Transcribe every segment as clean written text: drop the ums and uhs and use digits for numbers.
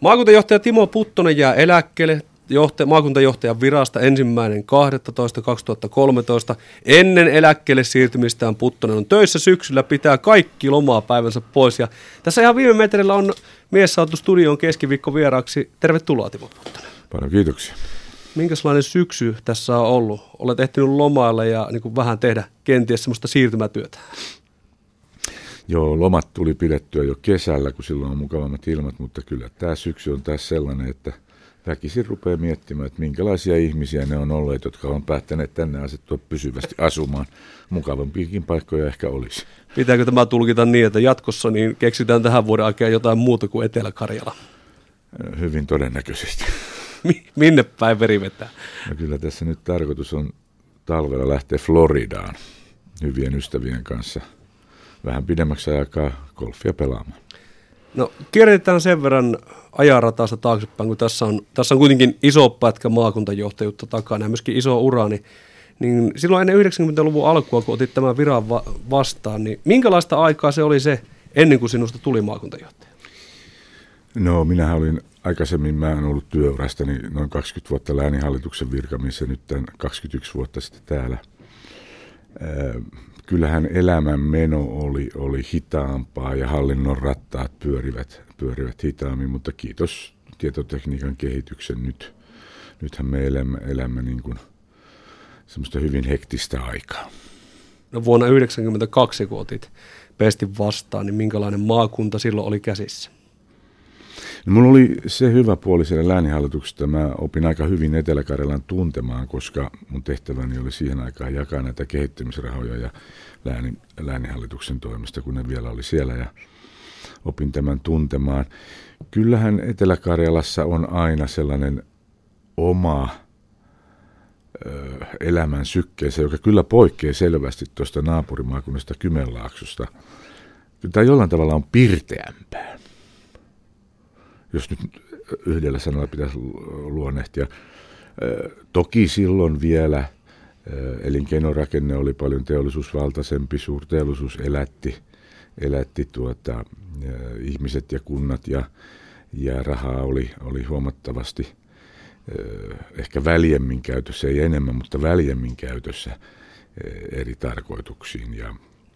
Maakuntajohtaja Timo Puttonen jää eläkkeelle maakuntajohtajan virasta 1.12.2013. Ennen eläkkeelle siirtymistään Puttonen on töissä syksyllä, pitää kaikki lomapäivänsä pois. Ja tässä ihan viime metrillä on mies saatu studioon keskiviikko vieraaksi. Tervetuloa Timo Puttonen. Paljon kiitoksia. Minkälainen syksy tässä on ollut? Olet ehtinyt lomailla ja niin kuin vähän tehdä kenties semmoista siirtymätyötä. Joo, lomat tuli pidettyä jo kesällä, kun silloin on mukavammat ilmat, mutta kyllä tämä syksy on taas sellainen, että väkisin rupeaa miettimään, että minkälaisia ihmisiä ne on olleet, jotka on päättäneet tänne asettua pysyvästi asumaan. Mukavampiakin paikkoja ehkä olisi. Pitääkö tämä tulkita niin, että jatkossa niin keksitään tähän vuoden aikaan jotain muuta kuin Etelä-Karjala? Hyvin todennäköisesti. Minne päin veri vetää? No kyllä tässä nyt tarkoitus on talvella lähteä Floridaan hyvien ystävien kanssa vähän pidemmäksi aikaa golfia pelaamaan. No kierretään sen verran ajanrataasta taaksepäin, kun tässä on kuitenkin iso pätkä maakuntajohtajuutta takana ja myöskin iso ura, niin silloin ennen 90-luvun alkua, kun otit tämän viran vastaan, niin minkälaista aikaa se oli se ennen kuin sinusta tuli maakuntajohtaja? No minähän olin aikaisemmin, mä olen ollut työurastani noin 20 vuotta lääninhallituksen virkamies ja nyt tämän 21 vuotta sitten täällä. Kyllähän elämänmeno oli hitaampaa ja hallinnon rattaat pyörivät hitaammin, mutta kiitos tietotekniikan kehityksen nythän me elämme niin kuin semmoista hyvin hektistä aikaa. No vuonna 1992, kun otit pestin vastaan, niin minkälainen maakunta silloin oli käsissä? No, mulla oli se hyvä puoli siellä lääninhallituksesta. Mä opin aika hyvin Etelä-Karjalan tuntemaan, koska mun tehtäväni oli siihen aikaan jakaa näitä kehittämisrahoja ja lääninhallituksen toimesta, kun ne vielä oli siellä, ja opin tämän tuntemaan. Kyllähän Etelä-Karjalassa on aina sellainen oma elämän sykkeensä, joka kyllä poikkeaa selvästi tuosta naapurimaakunnasta Kymenlaaksosta. Tämä jollain tavalla on pirteämpää. Jos nyt yhdellä sanalla pitäisi luonnehtia. Toki silloin vielä elinkeinorakenne oli paljon teollisuusvaltaisempi, suurteollisuus elätti ihmiset ja kunnat ja rahaa oli huomattavasti ehkä väljemmin käytössä, ei enemmän, mutta väljemmin käytössä eri tarkoituksiin. Ja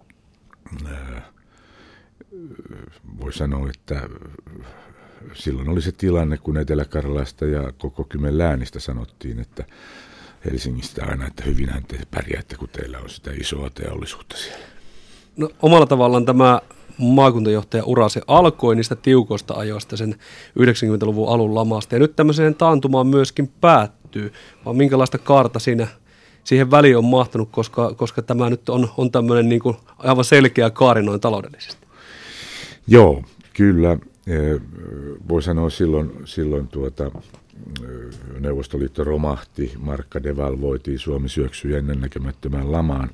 voi sanoa, että silloin oli se tilanne, kun Etelä-Karjalasta ja koko Kymen läänistä sanottiin, että Helsingistä aina, että hyvinhän te pärjäätte, kun teillä on sitä isoa teollisuutta siellä. No omalla tavallaan tämä maakuntajohtaja-ura, se alkoi niistä tiukoista ajoista sen 90-luvun alun lamasta ja nyt tämmöiseen taantumaan myöskin päättyy, vaan minkälaista kaarta siihen väliin on mahtunut, koska tämä nyt on tämmöinen niin kuin aivan selkeä kaari noin taloudellisesti. Joo, kyllä. Voi sanoa silloin Neuvostoliitto romahti, markka devalvoitiin, Suomi syöksyi ennennäkemättömään lamaan,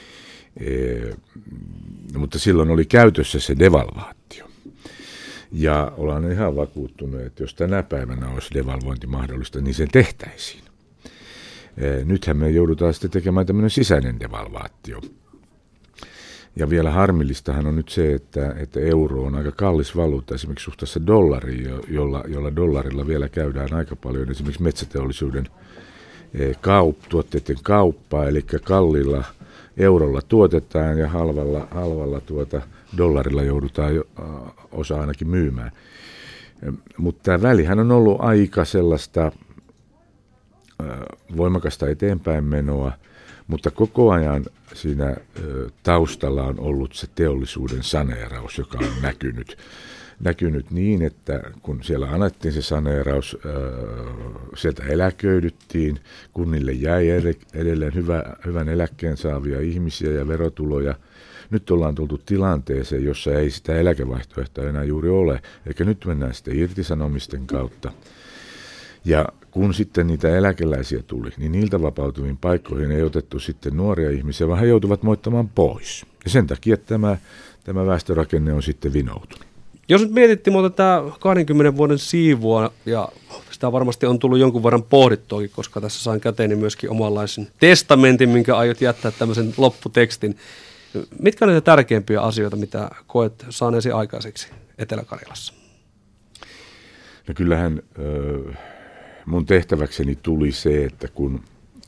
mutta silloin oli käytössä se devalvaatio. Ja ollaan ihan vakuuttunut, että jos tänä päivänä olisi devalvointi mahdollista, niin se tehtäisiin. Nythän me joudutaan sitten tekemään tämmöinen sisäinen devalvaatio. Ja vielä harmillistahan on nyt se, että euro on aika kallis valuutta esimerkiksi suhteessa dollariin, jolla dollarilla vielä käydään aika paljon esimerkiksi metsäteollisuuden tuotteiden kauppaa, eli kalliilla eurolla tuotetaan ja halvalla dollarilla joudutaan osa ainakin myymään. Mutta tämä välihän on ollut aika sellaista voimakasta eteenpäin menoa, mutta koko ajan siinä taustalla on ollut se teollisuuden saneeraus, joka on näkynyt niin, että kun siellä annettiin se saneeraus, sieltä eläköidyttiin, kunnille jäi edelleen hyvän eläkkeen saavia ihmisiä ja verotuloja. Nyt ollaan tultu tilanteeseen, jossa ei sitä eläkevaihtoehtoa enää juuri ole, eikä nyt mennään sitten irtisanomisten kautta. Ja kun sitten niitä eläkeläisiä tuli, niin niiltä vapautuviin paikkoihin ei otettu sitten nuoria ihmisiä, vaan he joutuvat moittamaan pois. Ja sen takia tämä väestörakenne on sitten vinoutunut. Jos nyt mietittiin tätä 20 vuoden siivua, ja sitä varmasti on tullut jonkun verran pohdittuakin, koska tässä sain käteeni myöskin omanlaisen testamentin, minkä aiot jättää tämmöisen lopputekstin. Mitkä on niitä tärkeimpiä asioita, mitä koet saaneesi aikaiseksi Etelä-Karjalassa? No kyllähän mun tehtäväkseni tuli se, että kun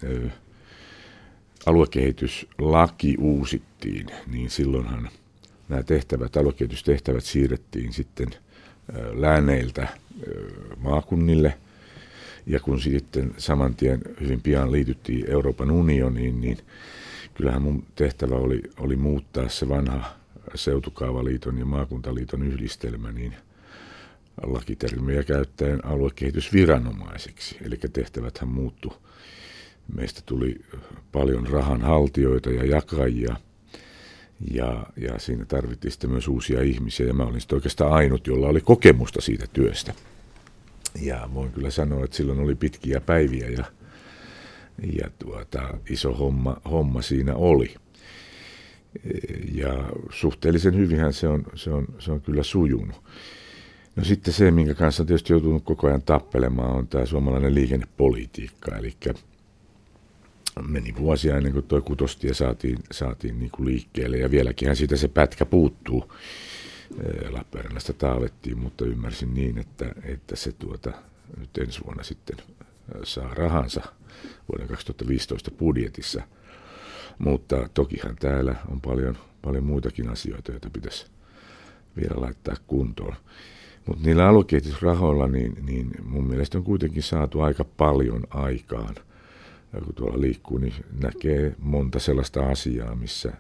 aluekehityslaki uusittiin, niin silloinhan nämä aluekehitystehtävät siirrettiin sitten lääneiltä maakunnille. Ja kun sitten saman tien hyvin pian liityttiin Euroopan unioniin, niin kyllähän mun tehtävä oli muuttaa se vanha seutukaavaliiton ja maakuntaliiton yhdistelmä niin lakitermiä käyttäen aluekehitysviranomaisiksi. Eli tehtäväthän muuttui. Meistä tuli paljon rahanhaltijoita ja jakajia. Ja siinä tarvittiin sitten myös uusia ihmisiä, ja mä olin sitten oikeastaan ainut, jolla oli kokemusta siitä työstä. Ja voin kyllä sanoa, että silloin oli pitkiä päiviä, ja iso homma siinä oli. Ja suhteellisen hyvinhän se on kyllä sujunut. No sitten se, minkä kanssa on tietysti joutunut koko ajan tappelemaan, on tämä suomalainen liikennepolitiikka, eli meni vuosia ennen kuin tuo Kutostie saatiin niin kuin liikkeelle, ja vieläkinhän siitä se pätkä puuttuu. Lappeenrannasta taavettiin, mutta ymmärsin niin, että se nyt ensi vuonna sitten saa rahansa vuoden 2015 budjetissa. Mutta tokihan täällä on paljon muitakin asioita, joita pitäisi vielä laittaa kuntoon. Mutta niillä aluekehitysrahoilla niin mun mielestä on kuitenkin saatu aika paljon aikaan. Ja kun tuolla liikkuu, niin näkee monta sellaista asiaa, missä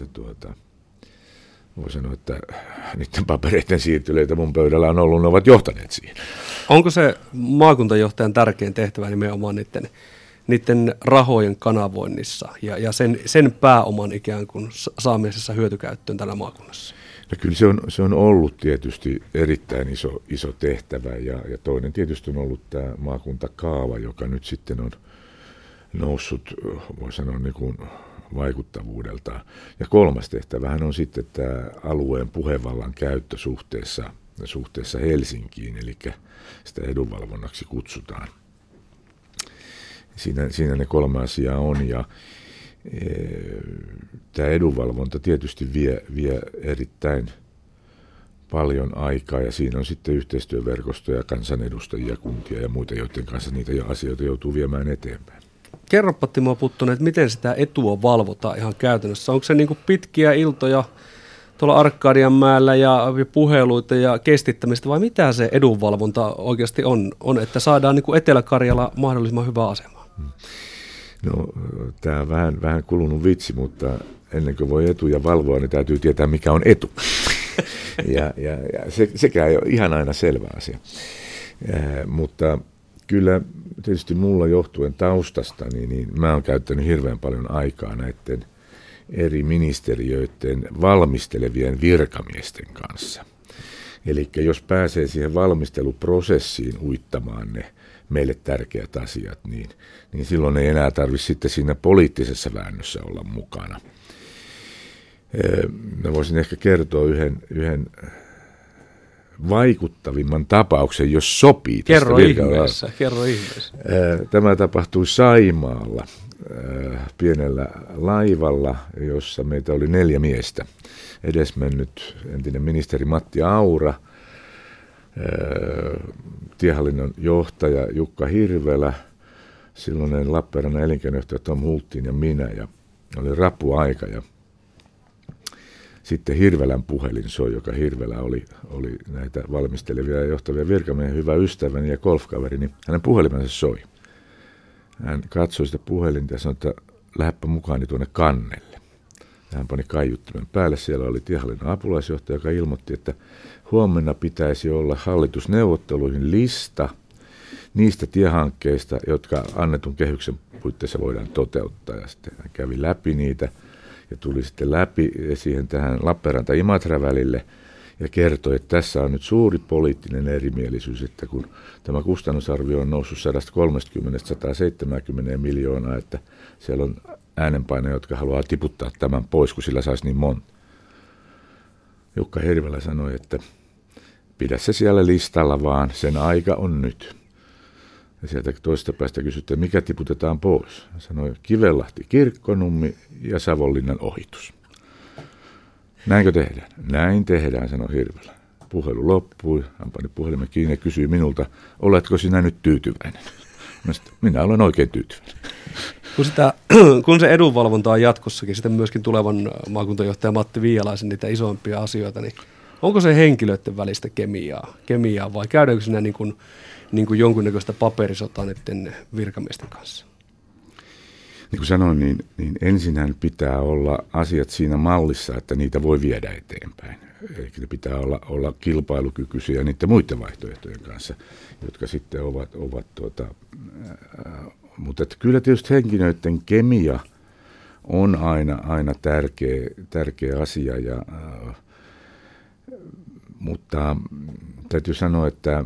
voi sanoa, että niiden papereiden siirtelyitä mun pöydällä on ollut, ne ovat johtaneet siihen. Onko se maakuntajohtajan tärkein tehtävä nimenomaan niiden rahojen kanavoinnissa ja sen pääoman ikään kuin saamisessa hyötykäyttöön täällä maakunnassa? No kyllä se on ollut tietysti erittäin iso tehtävä, ja toinen tietysti on ollut tämä maakuntakaava, joka nyt sitten on noussut, voi sanoa, niin kuin vaikuttavuudeltaan. Ja kolmas tehtävähän on sitten tämä alueen puhevallan käyttö suhteessa Helsinkiin, eli sitä edunvalvonnaksi kutsutaan. Siinä ne 3 asiaa on, ja tämä edunvalvonta tietysti vie erittäin paljon aikaa, ja siinä on sitten yhteistyöverkostoja, kansanedustajia, kuntia ja muita, joiden kanssa niitä asioita joutuu viemään eteenpäin. Kerropa, Timo Puttonen, että miten sitä etua valvotaan ihan käytännössä? Onko se niin kuin pitkiä iltoja tuolla Arkadianmäellä ja puheluita ja kestittämistä, vai mitä se edunvalvonta oikeasti on, että saadaan niin kuin Etelä-Karjala mahdollisimman hyvä asema? No, tämä on vähän kulunut vitsi, mutta ennen kuin voi etuja valvoa, niin täytyy tietää, mikä on etu. ja sekään ei ole ihan aina selvä asia. Mutta kyllä tietysti mulla johtuen taustasta, niin mä oon käyttänyt hirveän paljon aikaa näiden eri ministeriöiden valmistelevien virkamiesten kanssa. Eli jos pääsee siihen valmisteluprosessiin uittamaan ne meille tärkeät asiat, niin silloin ei enää tarvitse sitten siinä poliittisessa väännössä olla mukana. Mä voisin ehkä kertoa yhden vaikuttavimman tapauksen, jos sopii. Kerro ihmeessä. Tämä tapahtui Saimaalla pienellä laivalla, jossa meitä oli 4 miestä. Edesmennyt entinen ministeri Matti Aura, tiehallinnon johtaja Jukka Hirvelä, silloinen Lappeenrannan elinkeinojohtaja Tom Hultin ja minä, ja oli rapuaika, ja sitten Hirvelän puhelin soi, joka Hirvelä oli näitä valmistelevia ja johtavia virkamiehiä, hyvä ystäväni ja golfkaveri, niin hänen puhelimensa soi. Hän katsoi sitä puhelinta ja sanoi, että lähdepä mukaani tuonne kannelle. Hän pani kaiuttimen päälle. Siellä oli tiehallinnon apulaisjohtaja, joka ilmoitti, että huomenna pitäisi olla hallitusneuvotteluihin lista niistä tiehankkeista, jotka annetun kehyksen puitteissa voidaan toteuttaa. Ja sitten hän kävi läpi niitä ja tuli sitten läpi siihen tähän Lappeenranta-Imatra-välille ja kertoi, että tässä on nyt suuri poliittinen erimielisyys, että kun tämä kustannusarvio on noussut 130-170 miljoonaa, että siellä on äänenpainoja, jotka haluaa tiputtaa tämän pois, kun sillä saisi niin monta. Jukka Hirvelä sanoi, että pidä se siellä listalla vaan, sen aika on nyt. Ja sieltä toista päästä kysyttiin, mikä tiputetaan pois. Hän sanoi, Kivenlahti, Kirkkonummi ja Savonlinnan ohitus. Näinkö tehdään? Näin tehdään, sanoi Hirvelä. puhelu loppui, hän pani puhelimen kiinni ja kysyi minulta, oletko sinä nyt tyytyväinen? Minä olen oikein tyytyväinen. Kun se edunvalvonta on jatkossakin sitten myöskin tulevan maakuntajohtaja Matti Viialaisen niitä isompia asioita, niin onko se henkilöiden välistä kemiaa vai käydäänkö siinä niin kuin jonkunnäköistä paperisotaa näiden virkamiesten kanssa? Niin kuin sanoin, niin ensinhän pitää olla asiat siinä mallissa, että niitä voi viedä eteenpäin. Eli ne pitää olla kilpailukykyisiä niiden muiden vaihtoehtojen kanssa, jotka sitten ovat mutta että kyllä tietysti henkilöiden kemia on aina tärkeä asia, mutta täytyy sanoa, että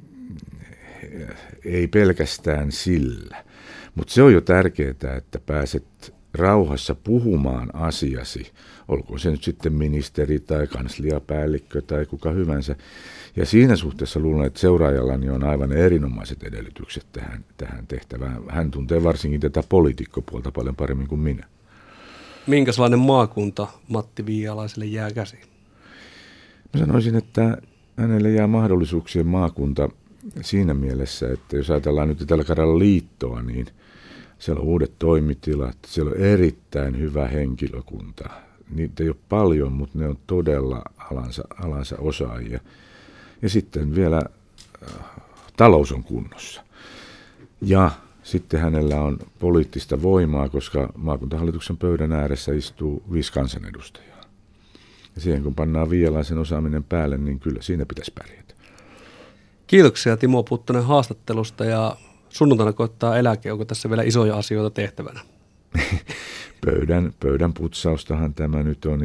ei pelkästään sillä. Mutta se on jo tärkeää, että pääset rauhassa puhumaan asiasi, olkoon se nyt sitten ministeri tai kansliapäällikkö tai kuka hyvänsä. Ja siinä suhteessa luulen, että seuraajallani on aivan erinomaiset edellytykset tähän tehtävään. Hän tuntee varsinkin tätä poliitikkopuolta paljon paremmin kuin minä. Minkälainen maakunta Matti Viialaiselle jää käsiin? Mä sanoisin, että hänelle jää mahdollisuuksien maakunta siinä mielessä, että jos ajatellaan nyt Etelä-Karjalan liittoa, niin siellä on uudet toimitilat, siellä on erittäin hyvä henkilökunta. Niitä ei ole paljon, mutta ne on todella alansa osaajia. Ja sitten vielä talous on kunnossa. Ja sitten hänellä on poliittista voimaa, koska maakuntahallituksen pöydän ääressä istuu 5 kansanedustajaa. Ja siihen kun pannaan Viialaisen osaaminen päälle, niin kyllä siinä pitäisi pärjätä. Kiitoksia Timo Puttonen haastattelusta ja sunnuntaina koittaa eläke. Onko tässä vielä isoja asioita tehtävänä? Pöydän putsaustahan tämä nyt on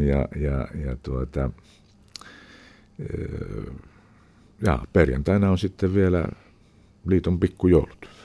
ja perjantaina on sitten vielä liiton pikkujoulut.